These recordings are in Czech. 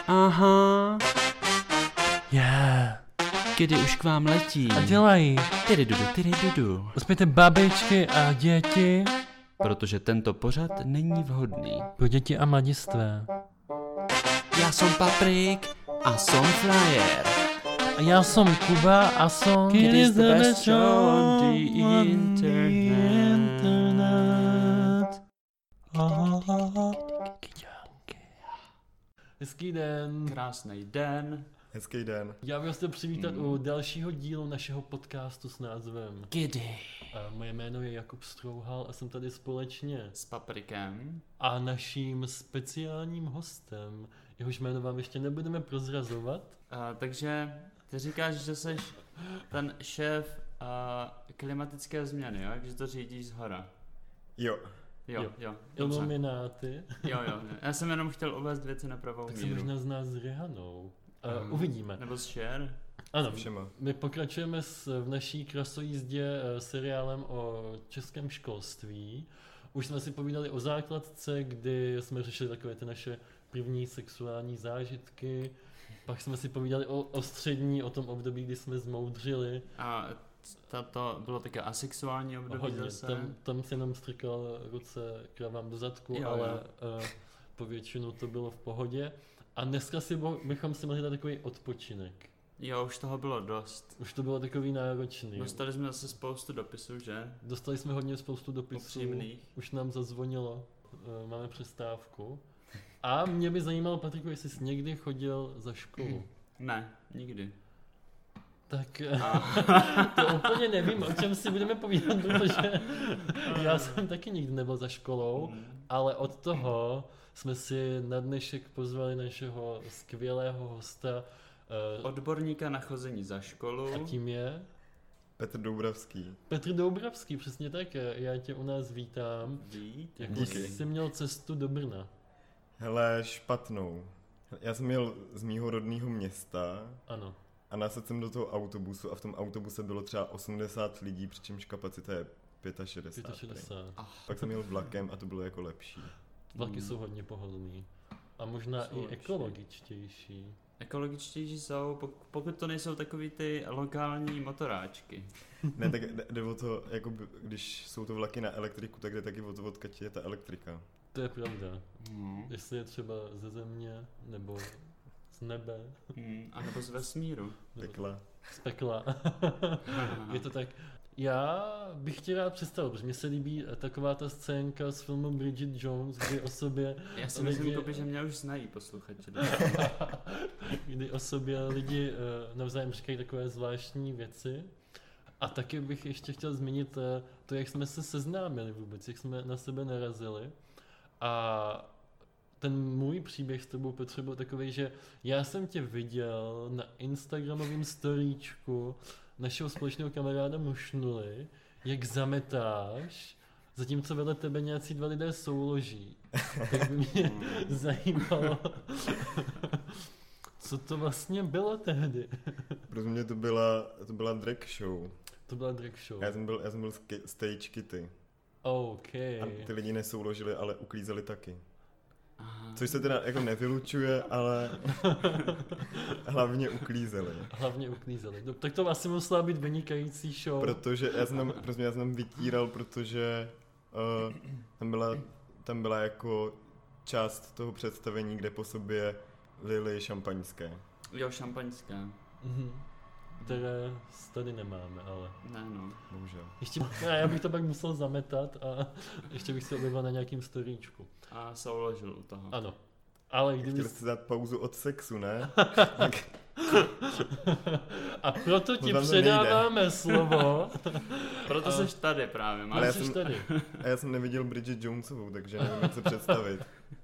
Aha. Yeah. Kdy už k vám letí. A dělají. Tyrydudu. Uspějte babičky a děti. Protože tento pořad není vhodný. Pro děti a mladistvé. Já jsem Paprik a jsem Flyer. A já jsem Kuba a jsem... It is the best show on the internet. Hezký den. Krásný den. Hezký den. Já bych vás chtěl přivítat u dalšího dílu našeho podcastu s názvem Kdy? Moje jméno je Jakub Strouhal a jsem tady společně S Paprikem. a naším speciálním hostem, jehož jméno vám ještě nebudeme prozrazovat. Takže ty říkáš, že jsi ten šéf klimatické změny, jo? Že to řídíš zhora. Jo. Jo. Dobře. Ilumináty. Jo. Já jsem jenom chtěl uvést věci na pravou Tak se míru. možná zná s Rihanou. Uvidíme. Nebo s Cher. Ano, Všema. my pokračujeme v naší krasojízdě seriálem o českém školství. Už jsme si povídali o základce, kdy jsme řešili takové ty naše první sexuální zážitky. Pak jsme si povídali o střední, o tom období, kdy jsme zmoudřili. A to bylo také asexuální období Hodně. zase. Tam si jenom strkal ruce kravám do zadku, Jo. ale po většinu to bylo v pohodě. A dneska bychom si mohli dát takový odpočinek. Jo, už toho bylo dost. Už to bylo takový náročný. Dostali jsme zase spoustu dopisů, že? Dostali jsme hodně spoustu dopisů. Upřímných. Už nám zazvonilo. Máme přestávku. A mě by zajímalo, Patriku, jestli jsi někdy chodil za školu. Ne, nikdy. Tak to úplně nevím, o čem si budeme povídat, protože já jsem taky nikdy nebyl za školou, ale od toho jsme si na dnešek pozvali našeho skvělého hosta. Odborníka na chození za školu. A tím je? Petr Doubravský. Petr Doubravský, přesně tak. Já tě u nás vítám. Jak Díky. jsi měl cestu do Brna? Hele, špatnou. Já jsem jel z mýho rodného města Ano. a nasedl jsem do toho autobusu a v tom autobuse bylo třeba 80 lidí, přičemž kapacita je 65. 65. Pak jsem jel vlakem a to bylo jako lepší. Vlaky jsou hodně pohodlný. A možná Jsou i lepší. ekologičtější. Ekologičtější jsou, pokud to nejsou takový ty lokální motoráčky. Ne, tak jde o to, jako když jsou to vlaky na elektriku, tak jde taky o to, odkud je ta elektrika. To je pravda. Jestli je třeba ze země, nebo z nebe, A nebo z vesmíru. Pekla. z pekla. Je to tak. Já bych tě rád představil, protože mně se líbí taková ta scénka z filmu Bridget Jones, kdy o sobě Já si myslím, Kobi, že mě už znají posluchači. kdy o sobě lidi navzájem říkají takové zvláštní věci. A taky bych ještě chtěl zmínit to, jak jsme se seznámili vůbec, jak jsme na sebe narazili. A ten můj příběh s tebou, Petře, byl takový, že já jsem tě viděl na instagramovém storíčku našeho společného kamaráda Mušnuly, jak zametáš, zatímco vedle tebe nějací dva lidé souloží. Tak by mě zajímalo, co to vlastně bylo tehdy. Pro mě to byla drag show. To byla drag show. Já jsem byl stage kitty. OK. A ty lidi nesouložili, ale uklízeli taky. Aha. Což se teda jako nevylučuje, ale hlavně uklízeli. Hlavně uklízeli. Tak to asi musela být vynikající show. Protože já jsem tam vytíral, protože tam byla jako část toho představení, kde po sobě lili šampaňské. Jo, šampaňské. Které tady nemáme, ale... Ne, no. Bohužel. Ještě, já bych to pak musel zametat a ještě bych se objevil na nějakým storíčku. A souložil u toho. Ano. Ale kdyby... Chtěl jste dát pauzu od sexu, ne? A proto ti Možná to předáváme slovo. Proto seš tady právě, Ale máš. Jsi tady. A já jsem neviděl Bridget Jonesovou, takže nevím, jak se představit.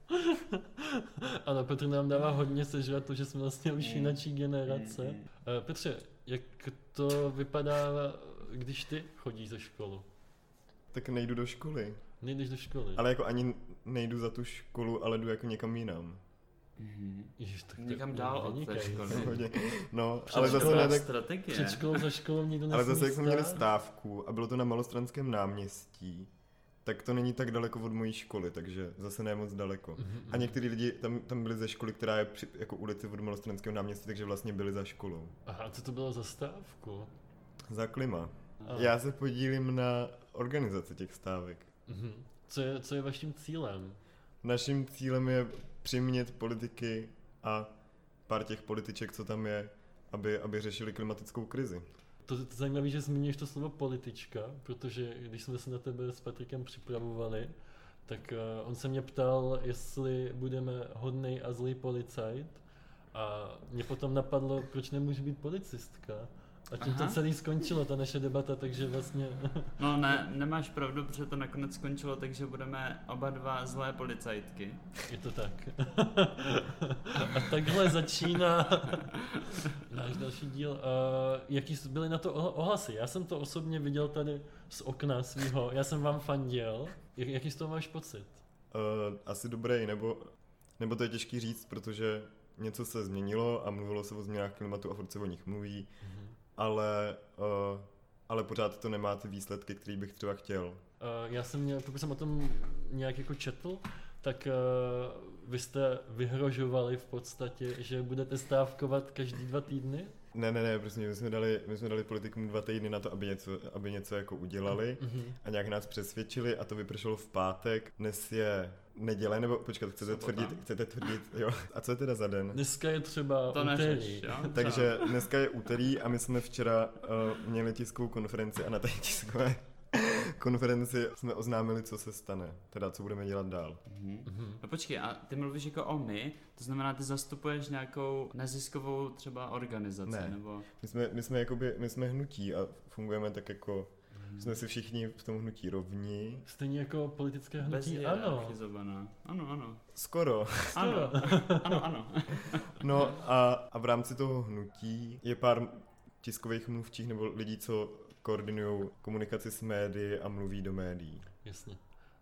Ano, Petr nám dává hodně sežrat, to, že jsme vlastně už jinačí generace. Petře, jak to vypadá, když ty chodíš ze školu? Tak nejdu do školy. Nejdeš do školy. Ale jako ani nejdu za tu školu, ale jdu jako někam jinam. Ježiš, tak to Někam je dál od té vynikající. školy. No, Před ale zase školou ne tak... Strategie. Před školou, za školou nikdo nesmí Ale zase jak jsme měli stát. stávku a bylo to na Malostranském náměstí, tak to není tak daleko od mojí školy, takže zase ne moc daleko. A některý lidi tam byli ze školy, která je jako ulici od Malostranského náměstí, takže vlastně byli za školou. Aha, co to bylo za stávku? Za klima. Aha. Já se podílím na organizaci těch stávek. Co je vaším cílem? Naším cílem je přimět politiky a pár těch političek, co tam je, aby řešili klimatickou krizi. To je zajímavé, že zmíníš to slovo politička, protože když jsme se na tebe s Patrikem připravovali, tak on se mě ptal, jestli budeme hodnej a zlý policajt a mě potom napadlo, proč nemůže být policistka. A tím to celý skončilo, ta naše debata, takže vlastně... No ne, nemáš pravdu, protože to nakonec skončilo, takže budeme oba dva zlé policajtky. Je to tak. A takhle začíná náš další díl. Jaký byly na to ohlasy? Já jsem to osobně viděl tady z okna svýho, já jsem vám fandil. Jaký z toho máš pocit? Asi dobrý, nebo to je těžký říct, protože něco se změnilo a mluvilo se o změnách klimatu a furt se o nich mluví. Ale pořád to nemá ty výsledky, který bych třeba chtěl. Já jsem měl, pokud jsem o tom nějak jako četl, tak vy jste vyhrožovali v podstatě, že budete stávkovat každý 2 týdny? Ne, prostě my jsme dali politikům 2 týdny na to, aby něco jako udělali a nějak nás přesvědčili a to vypršelo v pátek. Dnes je neděle, nebo počkat, chcete tvrdit, jo. A co je teda za den? Dneska je třeba úterý. Takže dneska je úterý a my jsme včera měli tiskovou konferenci a na té tiskové konferenci jsme oznámili, co se stane, teda co budeme dělat dál. No počkej, a ty mluvíš jako o my, to znamená, ty zastupuješ nějakou neziskovou třeba organizaci, ne. Nebo... My jsme hnutí a fungujeme tak jako, jsme si všichni v tom hnutí rovní. Stejně jako politické hnutí, ano. Ano. Skoro. Ano. No a v rámci toho hnutí je pár tiskových mluvčích nebo lidí, co koordinují komunikaci s médii a mluví do médií. Jasně.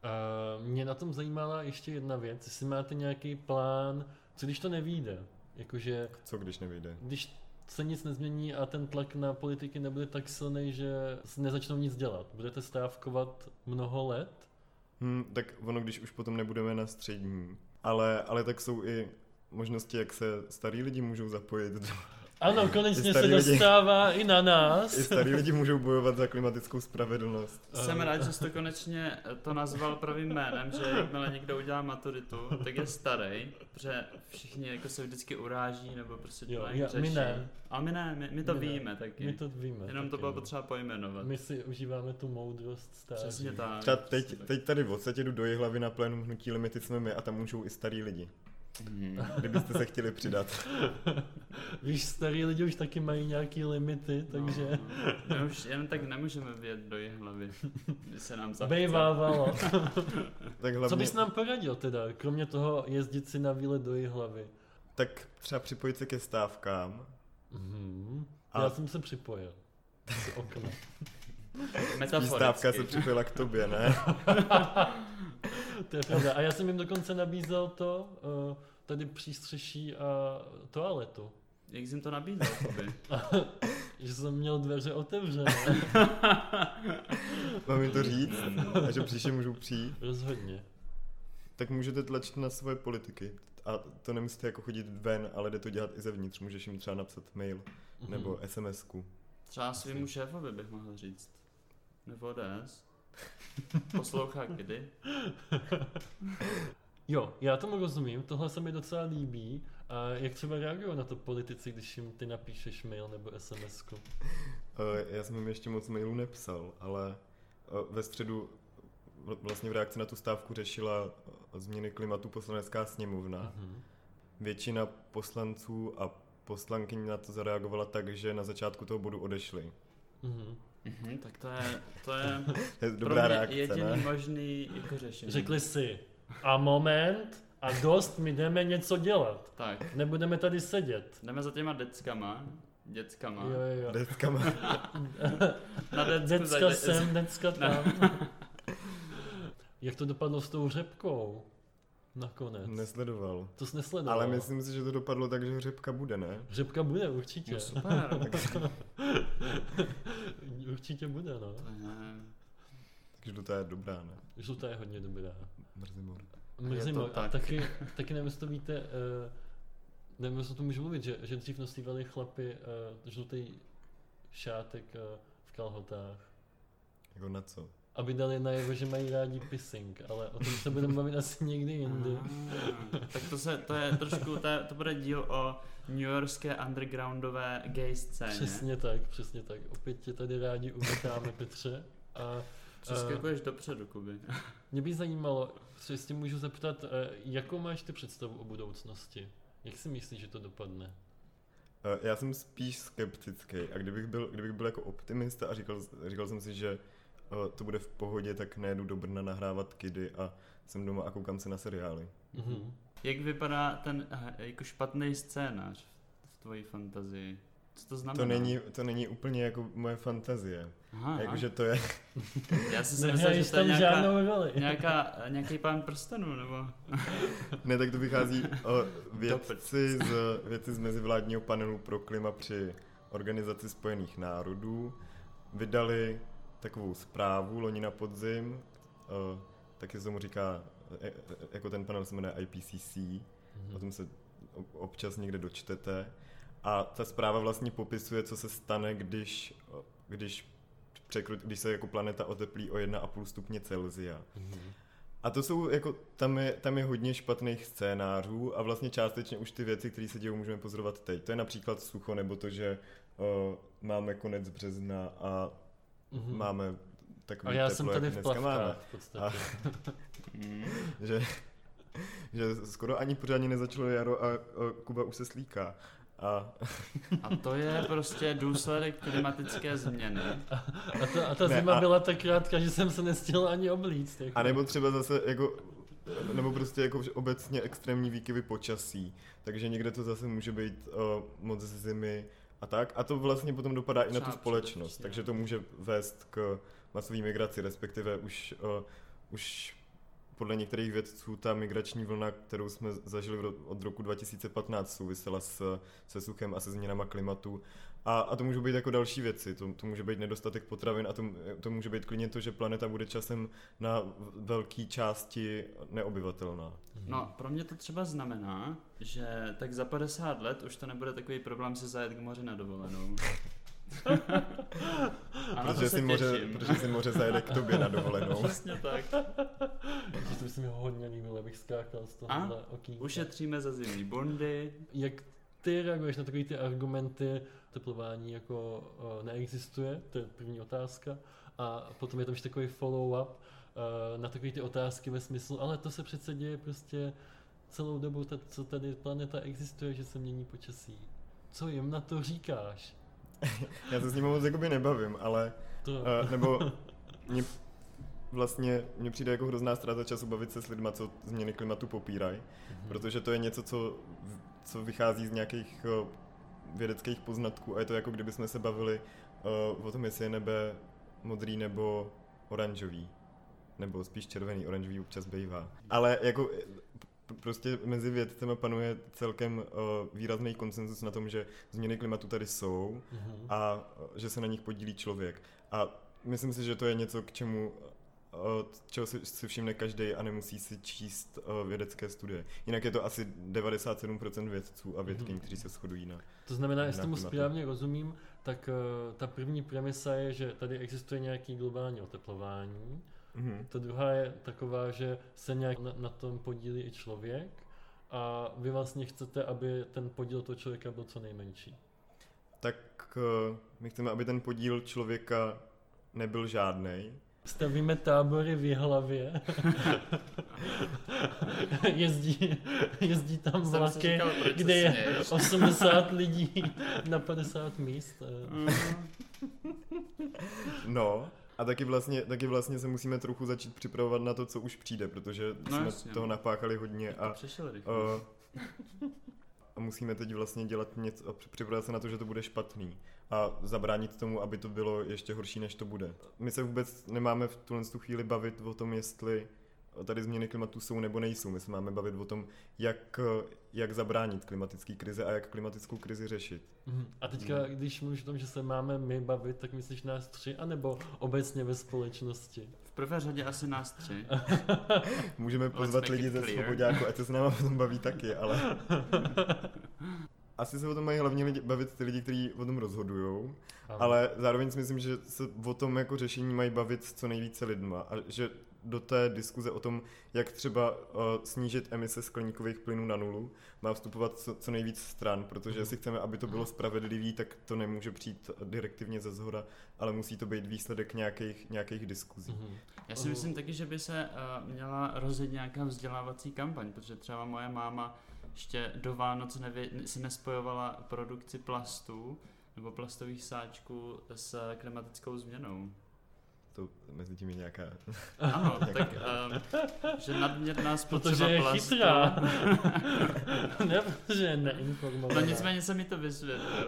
Mě na tom zajímala ještě jedna věc, jestli máte nějaký plán, co když to nevyjde? Jakože, co když nevyjde? Když se nic nezmění a ten tlak na politiky nebude tak silný, že nezačnou nic dělat. Budete stávkovat mnoho let? Tak ono, když už potom nebudeme na střední. Ale tak jsou i možnosti, jak se starý lidi můžou zapojit do... Ano, konečně se dostává i na nás. I starý lidi můžou bojovat za klimatickou spravedlnost. Jsem rád, že jsi to konečně to nazval pravým jménem, že jakmile někdo udělá maturitu, tak je starý, protože všichni jako se vždycky uráží nebo prostě řeší. My ne. A my to víme taky. My to víme. Jenom to bylo potřeba pojmenovat. My si užíváme tu moudrost stáří. Přesně tak. Třeba teď tady v odstatě jdu do Jihlavy na plénum hnutí Limity jsme my a tam můžou i starý lidi. Kdybyste se chtěli přidat. Víš, starý lidi už taky mají nějaký limity, takže... My už jen tak nemůžeme vyjet do Jihlavy, když se nám zachce. Bejvávalo. Tak hlavně... Co bys nám poradil teda, kromě toho jezdit si na výlet do Jihlavy? Tak třeba připojit se ke stávkám. Já jsem se připojil. Z okna. Metaforicky. Stávka se připojila k tobě, ne? To je pravda. A já jsem jim dokonce nabízel to, tady přístřeší a toaletu. Jak jsi jim to nabízel tobě? Že jsem měl dveře otevřené. Mám jim to říct? A že příště můžou přijít? Rozhodně. Tak můžete tlačit na svoje politiky. A to nemusíte jako chodit ven, ale jde to dělat i zevnitř. Můžeš jim třeba napsat mail nebo SMS-ku. Třeba svýmu šéfovi bych mohl říct. Nebo ODS. Poslouchá kdy? Jo, já tomu rozumím, tohle se mi docela líbí. A jak třeba reagují na to politici, když jim ty napíšeš mail nebo SMS-ku? Já jsem jim ještě moc mailů nepsal, ale ve středu vlastně v reakci na tu stávku řešila změny klimatu Poslanecká sněmovna. Většina poslanců a poslankyň na to zareagovala tak, že na začátku toho bodu odešli. Tak to je dobrá reakce, jediný možný jako řešení. Řekli si, a moment, a dost, my jdeme něco dělat. Tak. Nebudeme tady sedět. Jdeme za těma dětskama. Jo. Dětskama. Na děcka sem, děcka tam. Jak to dopadlo s tou řepkou? Nakonec. Nesledoval. To jsi nesledoval. Ale myslím si, že to dopadlo tak, že řepka bude, ne? Řepka bude, určitě. No super. Určitě bude, no. žlutá je dobrá, ne? Žlutá je hodně dobrá. Mrzimor. Mrzimor. A tak. taky nevím, jestli to víte, nevím, jestli to můžu mluvit, že dřív nosívali chlapi žlutý šátek v kalhotách. Jako na co? Aby dali najevo, že mají rádi pissing, ale o tom se budeme bavit asi někdy jindy. Tak to je trošku, to bude díl o newyorské undergroundové gay scéně. Přesně tak. Opět tě tady rádi uvítáme, Petře. A přeskakuješ dopředu, Kuby. Mě by zajímalo, co jestli můžu zeptat, jakou máš ty představu o budoucnosti? Jak si myslíš, že to dopadne? Já jsem spíš skeptický a kdybych byl jako optimista a říkal jsem si, že to bude v pohodě, tak nejedu do Brna nahrávat kidy a jsem doma a koukám se na seriály. Mm-hmm. Jak vypadá ten jako špatný scénář v tvojí fantazii? Co to znamená? To není úplně jako moje fantazie. Jakože to je... Já jsem si myslel, že to je nějaký Pán prstenů, nebo... Ne, tak to vychází vědci z mezivládního panelu pro klima při Organizaci spojených národů. Vydali takovou zprávu loni na podzim, taky se tomu říká, jako ten panel se jmenuje IPCC, o tom se občas někde dočtete. A ta zpráva vlastně popisuje, co se stane, když se jako planeta oteplí o 1,5 stupně Celsia. A to jsou jako, tam je hodně špatných scénářů a vlastně částečně už ty věci, které se dějou, můžeme pozorovat teď. To je například sucho, nebo to, že máme konec března a máme takový teplo, jsem tady jak dneska máme. V podstatě. Že skoro ani pořádně nezačalo jaro a Kuba už se slíká. A to je prostě důsledek klimatické změny. A ta zima byla tak krátká, že jsem se nestihl ani oblíct. A nebo třeba zase jako, nebo prostě jako obecně extrémní výkyvy počasí. Takže někde to zase může být moc zimy a tak. A to vlastně potom dopadá i na tu společnost. Takže to může vést k masové migraci, respektive už podle některých vědců ta migrační vlna, kterou jsme zažili od roku 2015, souvisela se suchem a se změnama klimatu. A to můžou být jako další věci. To může být nedostatek potravin a to může být klidně to, že planeta bude časem na velké části neobyvatelná. No, pro mě to třeba znamená, že tak za 50 let už to nebude takový problém si zajet k moři na dovolenou. Protože si moře zajede k tobě na dovolenou. Přesně tak. To by se mi hodně líbilo, abych skákal z tohohle okýnka. Ušetříme za zimní bondy. Jak ty reaguješ na takové ty argumenty, teplování jako neexistuje, to je první otázka. A potom je tam ještě takový follow-up na takové ty otázky ve smyslu, ale to se přece děje prostě celou dobu, co tady planeta existuje, že se mění počasí. Co jim na to říkáš? Já se s ním moc jakoby nebavím, ale nebo mně přijde jako hrozná ztráta času bavit se s lidma, co změny klimatu popírají, protože to je něco, co vychází z nějakých vědeckých poznatků a je to jako kdybychom se bavili o tom, jestli je nebe modrý nebo oranžový, nebo spíš červený, oranžový občas bývá. Ale jako prostě mezi vědcema panuje celkem výrazný konsenzus na tom, že změny klimatu tady jsou a že se na nich podílí člověk. A myslím si, že to je něco, k čemu čeho si všimne každý a nemusí si číst vědecké studie. Jinak je to asi 97% vědců a vědkyň, kteří se shodují na... To znamená, jestli tomu správně rozumím, tak ta první premisa je, že tady existuje nějaký globální oteplování. Ta druhá je taková, že se nějak na tom podílí i člověk a vy vlastně chcete, aby ten podíl toho člověka byl co nejmenší. Tak my chceme, aby ten podíl člověka nebyl žádnej. Stavíme tábory v Jihlavě. jezdí tam vlaky, kde je 80 lidí na 50 míst. No, a taky vlastně se musíme trochu začít připravovat na to, co už přijde, protože jsme toho napáchali hodně a musíme teď vlastně dělat něco a připravovat se na to, že to bude špatný a zabránit tomu, aby to bylo ještě horší, než to bude. My se vůbec nemáme v tuhle chvíli bavit o tom, jestli tady změny klimatu jsou nebo nejsou. My se máme bavit o tom, jak zabránit klimatické krize a jak klimatickou krizi řešit. A teďka, když mluvíš o tom, že se máme my bavit, tak myslíš nás 3, anebo obecně ve společnosti? V prvé řadě asi nás 3. Můžeme pozvat lidi ze Svoboďáku, ať se s náma potom baví taky, ale... Asi se o tom mají hlavně bavit ty lidi, kteří o tom rozhodujou, ale zároveň si myslím, že se o tom jako řešení mají bavit s co nejvíce lidma a že do té diskuze o tom, jak třeba snížit emise skleníkových plynů na nulu, má vstupovat co nejvíc stran, protože jestli chceme, aby to bylo spravedlivý, tak to nemůže přijít direktivně ze zhora, ale musí to být výsledek nějakých diskuzí. Já si myslím taky, že by se měla rozjet nějaká vzdělávací kampaň, protože třeba moje máma ještě do Vánoc si nespojovala produkci plastů nebo plastových sáčků s klimatickou změnou. To mezi tím je nějaká... Ano, tak že nadměrná spotřeba protože je plastu... chytrá. Ne, protože je neinformovaná. No nicméně se mi to vysvětlil.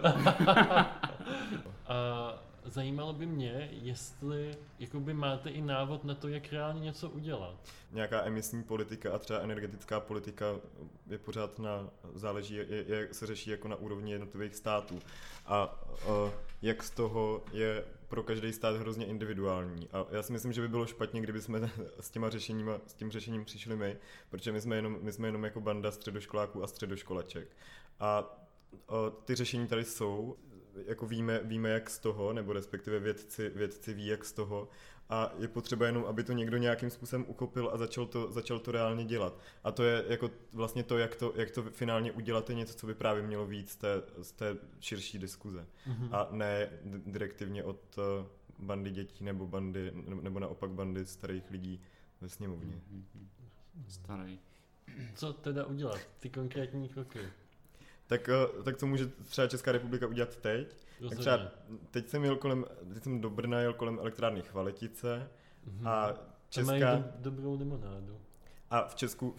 Zajímalo by mě, jestli jakoby máte i návod na to, jak reálně něco udělat. Nějaká emisní politika a třeba energetická politika je pořád záleží, se řeší jako na úrovni jednotlivých států. A jak z toho je pro každý stát hrozně individuální. A já si myslím, že by bylo špatně, kdyby jsme s tím řešením přišli my, protože my jsme jenom jako banda středoškoláků a středoškolaček. A ty řešení tady jsou, jako víme jak z toho, nebo respektive vědci ví jak z toho, a je potřeba jenom, aby to někdo nějakým způsobem uchopil a začal to reálně dělat. A to je jako vlastně to, jak to finálně udělat, je něco, co by právě mělo víc z té širší diskuze. A ne direktivně od bandy dětí nebo naopak bandy starých lidí ve sněmovně. Starý. Co teda udělat? Ty konkrétní kroky? Tak co může třeba Česká republika udělat teď? Tak třeba teď jsem do Brna jel kolem elektrárny Chvaletice a Česká... A mají dobrou limonádu. A v Česku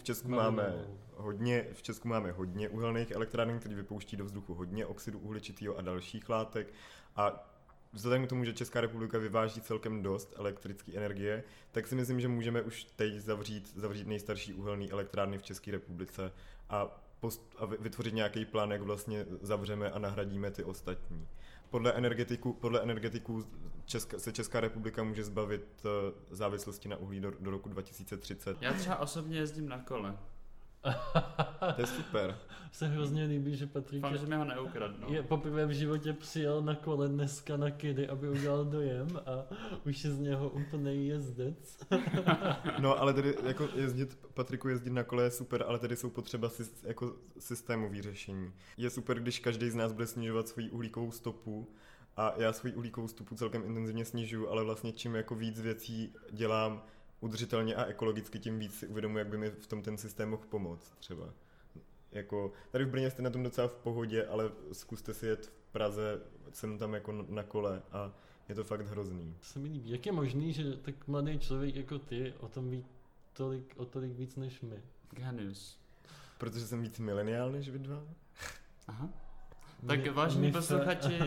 máme hodně uhelných elektráren, které vypouští do vzduchu hodně oxidu uhličitého a dalších látek. A vzhledem k tomu, že Česká republika vyváží celkem dost elektrické energie, tak si myslím, že můžeme už teď zavřít nejstarší uhelné elektrárny v České republice a vytvořit nějaký plán, jak vlastně zavřeme a nahradíme ty ostatní. Podle energetiků se Česká republika může zbavit závislosti na uhlí do roku 2030. Já třeba osobně jezdím na kole. To je super. Se hrozně líbí, že Patrik Doufám, že mi ho neukradnou. Je poprvé v životě přijel na kole dneska na Kidy, aby udělal dojem a už je z něho úplný jezdec. No ale tedy jako Patriku jezdit na kole je super, ale tedy jsou potřeba jako systémový řešení. Je super, když každý z nás bude snižovat svoji uhlíkovou stopu a já svoji uhlíkovou stopu celkem intenzivně snižuju, ale vlastně čím jako víc věcí dělám udržitelně a ekologicky, tím víc si uvědomuji, jak by mi v tom ten systém mohl pomoct třeba. Jako, tady v Brně jste na tom docela v pohodě, ale zkuste si jet v Praze, jsem tam jako na kole a je to fakt hrozný. Se mi líbí. Jak je možný, že tak mladý člověk jako ty o tom ví o tolik víc než my? Genius. Protože jsem víc mileniál než vy dva? Aha. Tak vážení posluchači...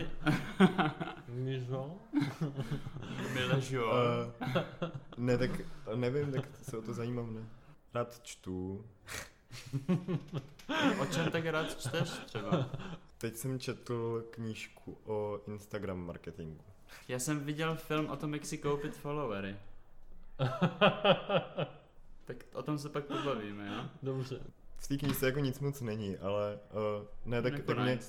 Miležo. Ne, tak nevím, tak se o to zajímám, ne? Rád čtu. O čem tak rád čteš třeba? Teď jsem četl knížku o Instagram marketingu. Já jsem viděl film o tom, jak si koupit followery. Tak o tom se pak pobavíme, jo? Dobře. V té knížce jako nic moc není, ale ne, tak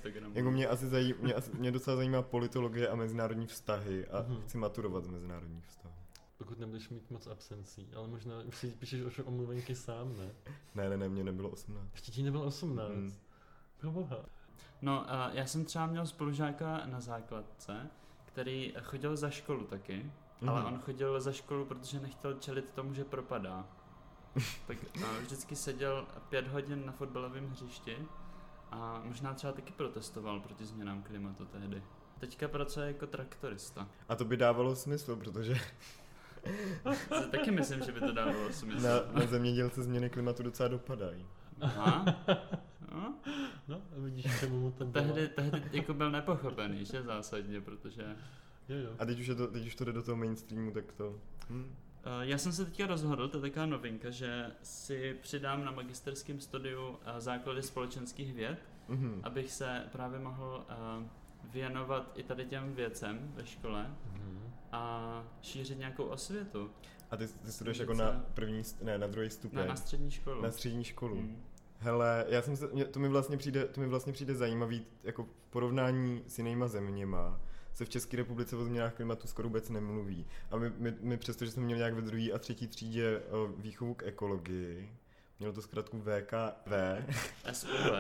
mě docela zajímá politologie a mezinárodní vztahy a chci maturovat z mezinárodních vztahů. Pokud nebudeš mít moc absencí, ale možná už si píšeš o omluvenky sám, ne? Ne, mě nebylo 18. Ještě ti nebylo 18? Proboha. No, já jsem třeba měl spolužáka na základce, který chodil za školu taky, ale on chodil za školu, protože nechtěl čelit tomu, že propadá. Tak vždycky seděl 5 hodin na fotbalovém hřišti a možná třeba taky protestoval proti změnám klimatu tehdy. Teďka pracuje jako traktorista. A to by dávalo smysl, protože... Taky myslím, že by to dávalo smysl. Na zemědělce změny klimatu docela dopadají. Aha. No, vidíš, čemu mu ten tehdy jako byl nepochopený, že zásadně, protože... Jo. A teď už to jde do toho mainstreamu, tak to... Já jsem se teďka rozhodl, to je taková novinka, že si přidám na magisterském studiu základy společenských věd, abych se právě mohl věnovat i tady těm věcem ve škole a šířit nějakou osvětu. A ty studuješ jako na na druhý stupeň? Na střední školu. Na střední školu. Hele, to mi vlastně přijde zajímavý, jako v porovnání s jinýma zeměma se v České republice o změnách klimatu skoro vůbec nemluví. A my přesto, že jsme měli nějak ve 2. a 3. třídě výchovu k ekologii, mělo to zkrátku VKV. SUV.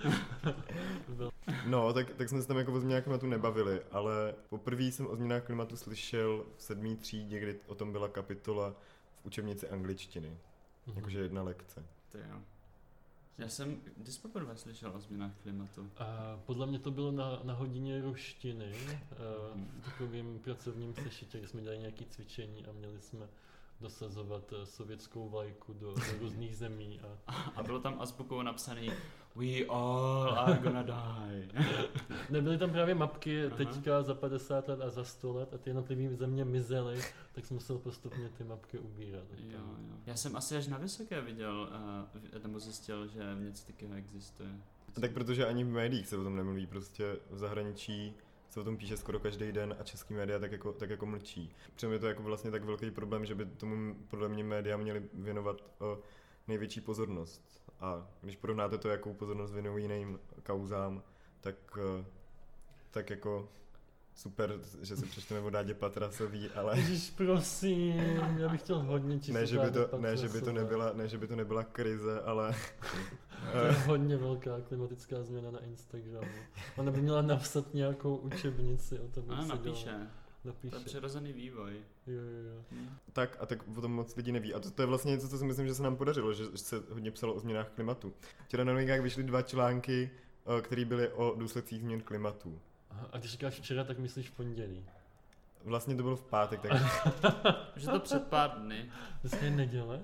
No, tak jsme se tam jako o změnách klimatu nebavili, ale poprvé jsem o změnách klimatu slyšel v 7. třídě, kdy o tom byla kapitola v učebnici angličtiny. Jakože 1 lekce. To jo. Já jsem kdy jsi poprvé slyšel o změnách klimatu? Podle mě to bylo na hodině ruštiny, v takovým pracovním sešitě, kde jsme dělali nějaké cvičení a měli jsme dosazovat sovětskou vlajku do různých zemí. A bylo tam azbukou napsaný We all are gonna die. Nebyly tam právě mapky teďka za 50 let a za 100 let a ty jednotlivé země mizely, tak jsem musel postupně ty mapky ubírat. Jo. Já jsem asi až na Vysoké viděl, nebo zjistil, že něco takového existuje. Tak protože ani v médiích se o tom nemluví, prostě v zahraničí se o tom píše skoro každý den a český média tak jako mlčí. Přitom je to jako vlastně tak velký problém, že by tomu podle mě média měly věnovat největší pozornost. A když porovnáte to, jakou pozornost věnují jiným kauzám, tak jako super, že se přečteme o Dádě Patrasový, ale... Ježiš, prosím, já bych chtěl hodně číst ne, že by to nebyla krize, ale... To je hodně velká klimatická změna na Instagramu. Ona by měla napsat nějakou učebnici o tom, jak se napíše. To je přirozený vývoj. Jo. Tak o tom moc lidí neví. A to je vlastně něco, co si myslím, že se nám podařilo, že se hodně psalo o změnách klimatu. Včera na novinkách vyšly 2 články, které byly o důsledcích změn klimatu. A když říkáš včera, tak myslíš v pondělí? Vlastně to bylo v pátek, takže... Už je to před pár dny. Dneska je neděle?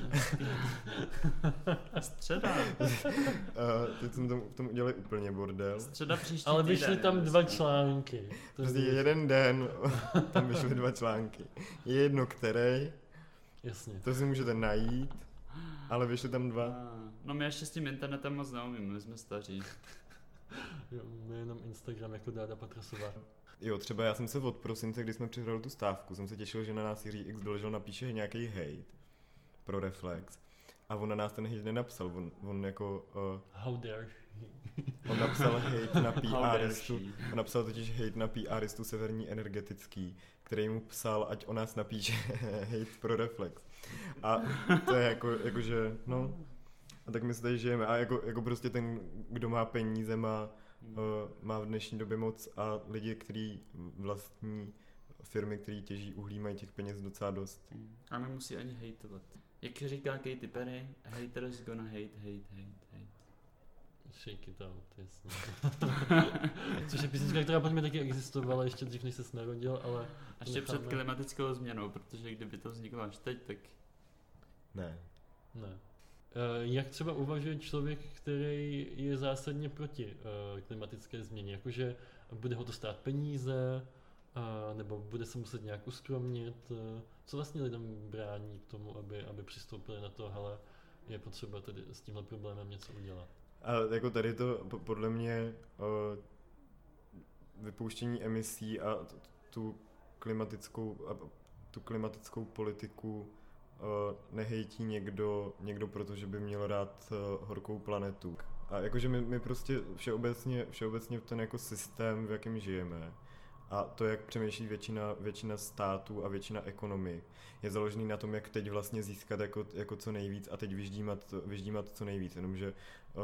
Středa. Teď jsme v tom udělali úplně bordel. Středa příští ale vyšly tam 2 články. Prostě jeden den tam vyšly 2 články. Je jedno který. Jasně. To si můžete najít, ale vyšly tam 2. No my ještě s tím internetem moc neumím, my jsme staří. Jo, my jenom Instagram jako Dáda Patrasová. Jo, třeba já jsem se od prosince, když jsme přihrali tu stávku, jsem se těšil, že na nás Jiří X doležel napíše nějaký hate pro Reflex. A on na nás ten hate nenapsal, on jako... How dare on napsal hate na PRistu, on napsal totiž hate na PRistu Severní energetický, který mu psal, ať o nás napíše hate pro Reflex. A to je jako že, no... A tak my se tady žijeme a jako prostě ten, kdo má peníze, má v dnešní době moc a lidi, kteří vlastní firmy, které těží uhlí, mají těch peněz docela dost. A nemusí ani hejtovat. Jak říká Katy Perry, haters gonna hate. Shake it out, jasně. Což je písnička, která pod mě taky existovala ještě dřív, než ses narodil, ale... Ještě před klimatickou změnou, protože kdyby to vzniklo až teď, tak... Ne. Jak třeba uvažuje člověk, který je zásadně proti klimatické změně? Jakože bude ho to stát peníze, nebo bude se muset nějak uskromnit? Co vlastně lidem brání k tomu, aby přistoupili na to, hele, je potřeba tedy s tímhle problémem něco udělat? A jako tady to podle mě vypouštění emisí a tu klimatickou politiku nehejtí někdo protože by měl rád horkou planetu. A jakože my prostě všeobecně ten jako systém, v jakém žijeme, a to, jak přemýšlí většina států a většina ekonomik, je založený na tom, jak teď vlastně získat jako co nejvíc a teď vyždímat co nejvíc, jenomže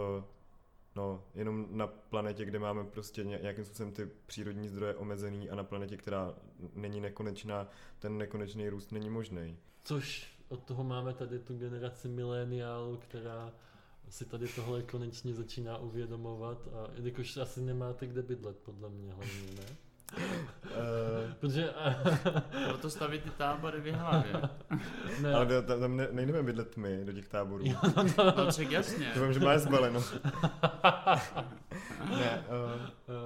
jenom na planetě, kde máme prostě nějakým způsobem ty přírodní zdroje omezený a na planetě, která není nekonečná, ten nekonečný růst není možný. Což od toho máme tady tu generaci mileniálů, která si tady tohle konečně začíná uvědomovat a jakož asi nemáte kde bydlet, podle mě hlavně, ne? Protože... Proto staví ty tábory v hlavě. Ne. Ale tam nejdeme bydlet my do těch táborů. No ček, jasně. To vím, že máš zbaleno.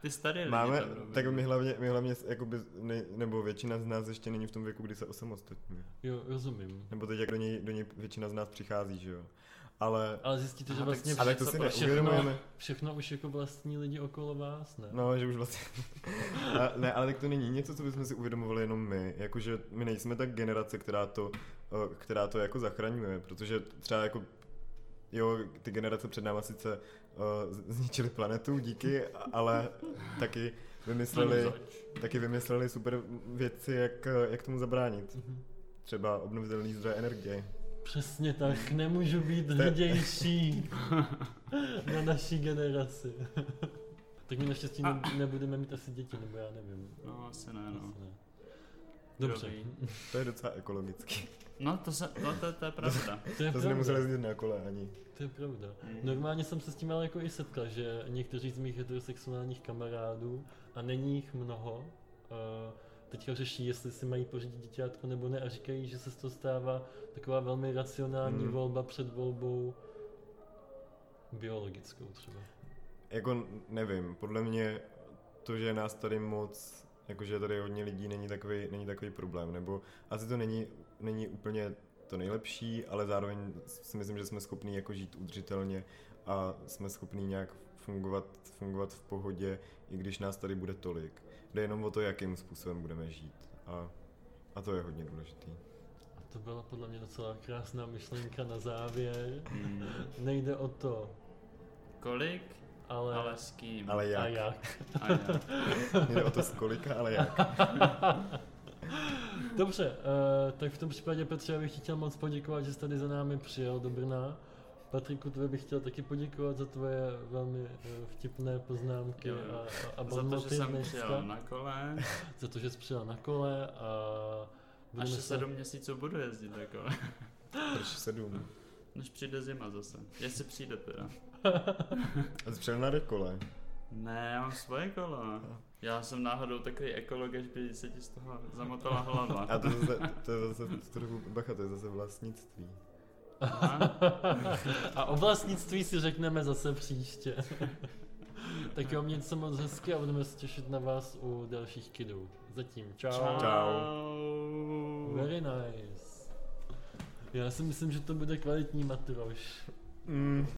ty staré lidi Máme, tam robí. tak my hlavně jakoby, nebo většina z nás ještě není v tom věku, kdy se osamostatňuje. Jo, rozumím. Nebo teď jak do něj většina z nás přichází, že jo. Ale zjistíte, že Aha, vlastně tak to si neuvědomujeme. všechno už jako vlastní lidi okolo vás, ne? No, že už vlastně... ne, ale tak to není něco, co bychom si uvědomovali jenom my. Jakože my nejsme tak generace, která to jako zachraňuje, protože třeba jako jo, ty generace před náma sice zničily planetu, díky, ale taky vymysleli super věci, jak tomu zabránit. Třeba obnovitelný zdroje energie. Přesně tak, nemůžu být hrdější na naší generaci. Tak my naštěstí nebudeme mít asi děti, nebo já nevím. No, asi ne, no. Asi ne. Dobře. To je docela ekologicky. No, to je pravda. To se nemuseli jezdit na kole ani. To je pravda. Normálně jsem se s tím ale jako i setkal, že někteří z mých heterosexuálních kamarádů, a není jich mnoho, teďka řeší, jestli si mají pořídit děťátko nebo ne a říkají, že se z toho stává taková velmi racionální volba před volbou biologickou třeba. Jako nevím, podle mě to, že je nás tady moc, jakože tady hodně lidí, není takový problém, nebo asi to není úplně to nejlepší, ale zároveň si myslím, že jsme schopní jako žít udržitelně a jsme schopní nějak fungovat v pohodě, i když nás tady bude tolik. Jde jenom o to, jakým způsobem budeme žít a to je hodně důležitý. A to byla podle mě docela krásná myšlenka na závěr. Nejde o to, Kolik, ale s kým. Ale jak? A jak. A jak. Nejde o to z kolika, ale jak. Dobře, tak v tom případě, Petře, já bych ti chtěl moc poděkovat, že jsi tady za námi přijel do Brna. Patriku, tebe bych chtěl taky poděkovat za tvoje velmi vtipné poznámky a za to, že jsem dneska. přijel na kole. Za to, že jsi přijel na kole a... Až 7 měsíců budu jezdit na kole. Proč 7? Než přijde zima zase. Jestli přijde teda. A jsi přijel na kole? Ne, já mám svoje kolo. Já jsem náhodou takový ekolog, až by se ti z toho zamotala hlava. A to je zase trochu, bacha, to je zase vlastnictví. A o vlastnictví si řekneme zase příště. Tak jo, mějte se moc hezky a budeme se těšit na vás u dalších kidů. Zatím, čau. Very nice. Já si myslím, že to bude kvalitní matroš.